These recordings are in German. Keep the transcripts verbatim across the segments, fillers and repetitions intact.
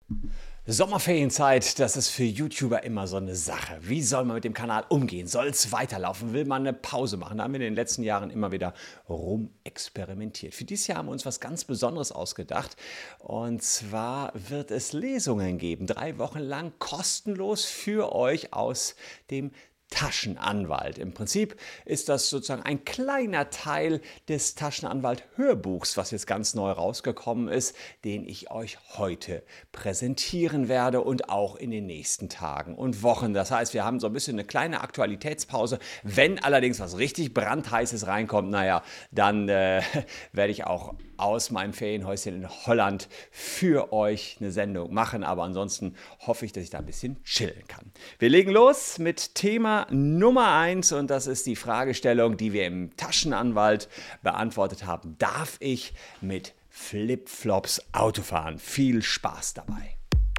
Sommerferienzeit, das ist für YouTuber immer so eine Sache. Wie soll man mit dem Kanal umgehen? Soll es weiterlaufen? Will man eine Pause machen? Da haben wir in den letzten Jahren immer wieder rumexperimentiert. Für dieses Jahr haben wir uns was ganz Besonderes ausgedacht. Und zwar wird es Lesungen geben, drei Wochen lang kostenlos für euch aus dem Taschenanwalt. Im Prinzip ist das sozusagen ein kleiner Teil des Taschenanwalt-Hörbuchs, was jetzt ganz neu rausgekommen ist, den ich euch heute präsentieren werde und auch in den nächsten Tagen und Wochen. Das heißt, wir haben so ein bisschen eine kleine Aktualitätspause. Wenn allerdings was richtig brandheißes reinkommt, naja, dann äh, werde ich auch aus meinem Ferienhäuschen in Holland für euch eine Sendung machen. Aber ansonsten hoffe ich, dass ich da ein bisschen chillen kann. Wir legen los mit Thema Nummer eins und das ist die Fragestellung, die wir im Taschenanwalt beantwortet haben. Darf ich mit Flipflops Auto fahren? Viel Spaß dabei.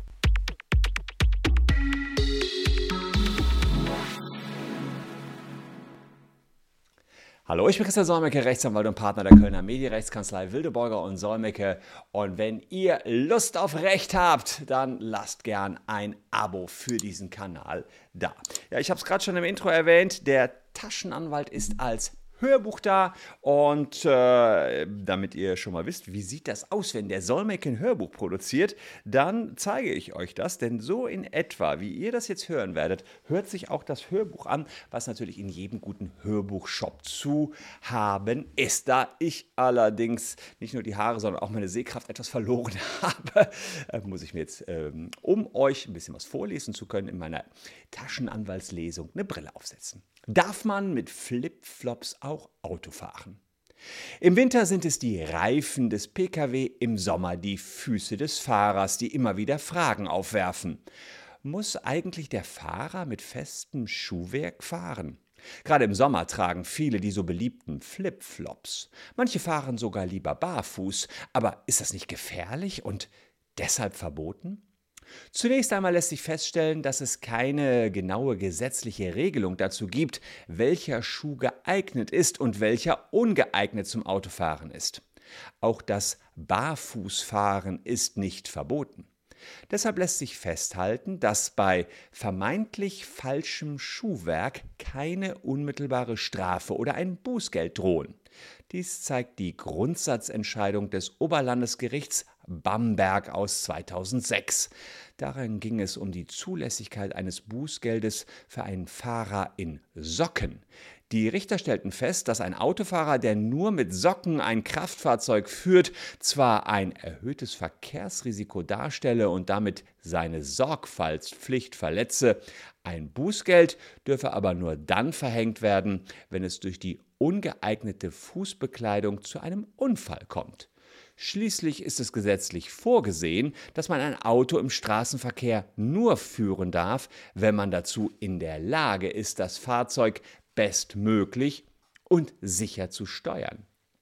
Hallo, ich bin Christian Solmecke, Rechtsanwalt und Partner der Kölner Medienrechtskanzlei Wildeborger und Solmecke. Und wenn ihr Lust auf Recht habt, dann lasst gern ein Abo für diesen Kanal da. Ja, ich habe es gerade schon im Intro erwähnt, der Taschenanwalt ist als Hörbuch da und äh, damit ihr schon mal wisst, wie sieht das aus, wenn der Solmecke ein Hörbuch produziert, dann zeige ich euch das, denn so in etwa, wie ihr das jetzt hören werdet, hört sich auch das Hörbuch an, was natürlich in jedem guten Hörbuchshop zu haben ist. Da ich allerdings nicht nur die Haare, sondern auch meine Sehkraft etwas verloren habe, äh, muss ich mir jetzt, ähm, um euch ein bisschen was vorlesen zu können, in meiner Taschenanwaltslesung eine Brille aufsetzen. Darf man mit Flipflops auch Auto fahren? Im Winter sind es die Reifen des Pkw, im Sommer die Füße des Fahrers, die immer wieder Fragen aufwerfen. Muss eigentlich der Fahrer mit festem Schuhwerk fahren? Gerade im Sommer tragen viele die so beliebten Flipflops. Manche fahren sogar lieber barfuß. Aber ist das nicht gefährlich und deshalb verboten? Zunächst einmal lässt sich feststellen, dass es keine genaue gesetzliche Regelung dazu gibt, welcher Schuh geeignet ist und welcher ungeeignet zum Autofahren ist. Auch das Barfußfahren ist nicht verboten. Deshalb lässt sich festhalten, dass bei vermeintlich falschem Schuhwerk keine unmittelbare Strafe oder ein Bußgeld drohen. Dies zeigt die Grundsatzentscheidung des Oberlandesgerichts Bamberg aus zweitausendsechs. Darin ging es um die Zulässigkeit eines Bußgeldes für einen Fahrer in Socken. Die Richter stellten fest, dass ein Autofahrer, der nur mit Socken ein Kraftfahrzeug führt, zwar ein erhöhtes Verkehrsrisiko darstelle und damit seine Sorgfaltspflicht verletze, ein Bußgeld dürfe aber nur dann verhängt werden, wenn es durch die ungeeignete Fußbekleidung zu einem Unfall kommt. Schließlich ist es gesetzlich vorgesehen, dass man ein Auto im Straßenverkehr nur führen darf, wenn man dazu in der Lage ist, das Fahrzeug bestmöglich und sicher zu steuern.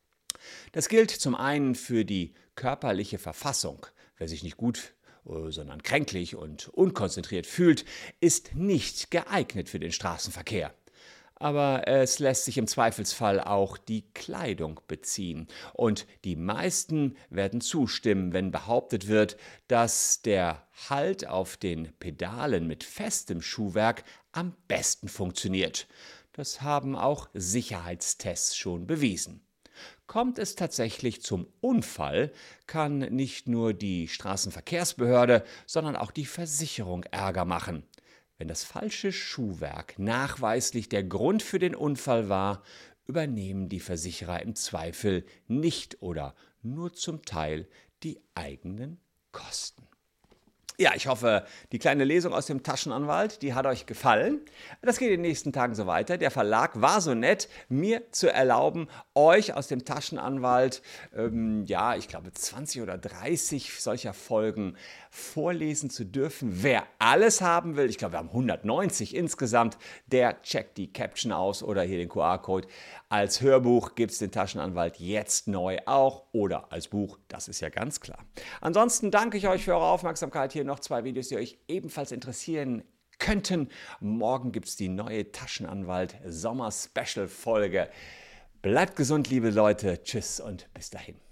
Das gilt zum einen für die körperliche Verfassung. Wer sich nicht gut, sondern kränklich und unkonzentriert fühlt, ist nicht geeignet für den Straßenverkehr. Aber es lässt sich im Zweifelsfall auch die Kleidung beziehen. Und die meisten werden zustimmen, wenn behauptet wird, dass der Halt auf den Pedalen mit festem Schuhwerk am besten funktioniert. Das haben auch Sicherheitstests schon bewiesen. Kommt es tatsächlich zum Unfall, kann nicht nur die Straßenverkehrsbehörde, sondern auch die Versicherung Ärger machen. Wenn das falsche Schuhwerk nachweislich der Grund für den Unfall war, übernehmen die Versicherer im Zweifel nicht oder nur zum Teil die eigenen Kosten. Ja, ich hoffe, die kleine Lesung aus dem Taschenanwalt, die hat euch gefallen. Das geht in den nächsten Tagen so weiter. Der Verlag war so nett, mir zu erlauben, euch aus dem Taschenanwalt, ähm, ja, ich glaube zwanzig oder dreißig solcher Folgen vorlesen zu dürfen. Wer alles haben will, ich glaube, wir haben hundertneunzig insgesamt, der checkt die Caption aus oder hier den Q R-Code. Als Hörbuch gibt es den Taschenanwalt jetzt neu auch oder als Buch, das ist ja ganz klar. Ansonsten danke ich euch für eure Aufmerksamkeit. Hier noch zwei Videos, die euch ebenfalls interessieren könnten. Morgen gibt es die neue Taschenanwalt Sommer-Special-Folge. Bleibt gesund, liebe Leute. Tschüss und bis dahin.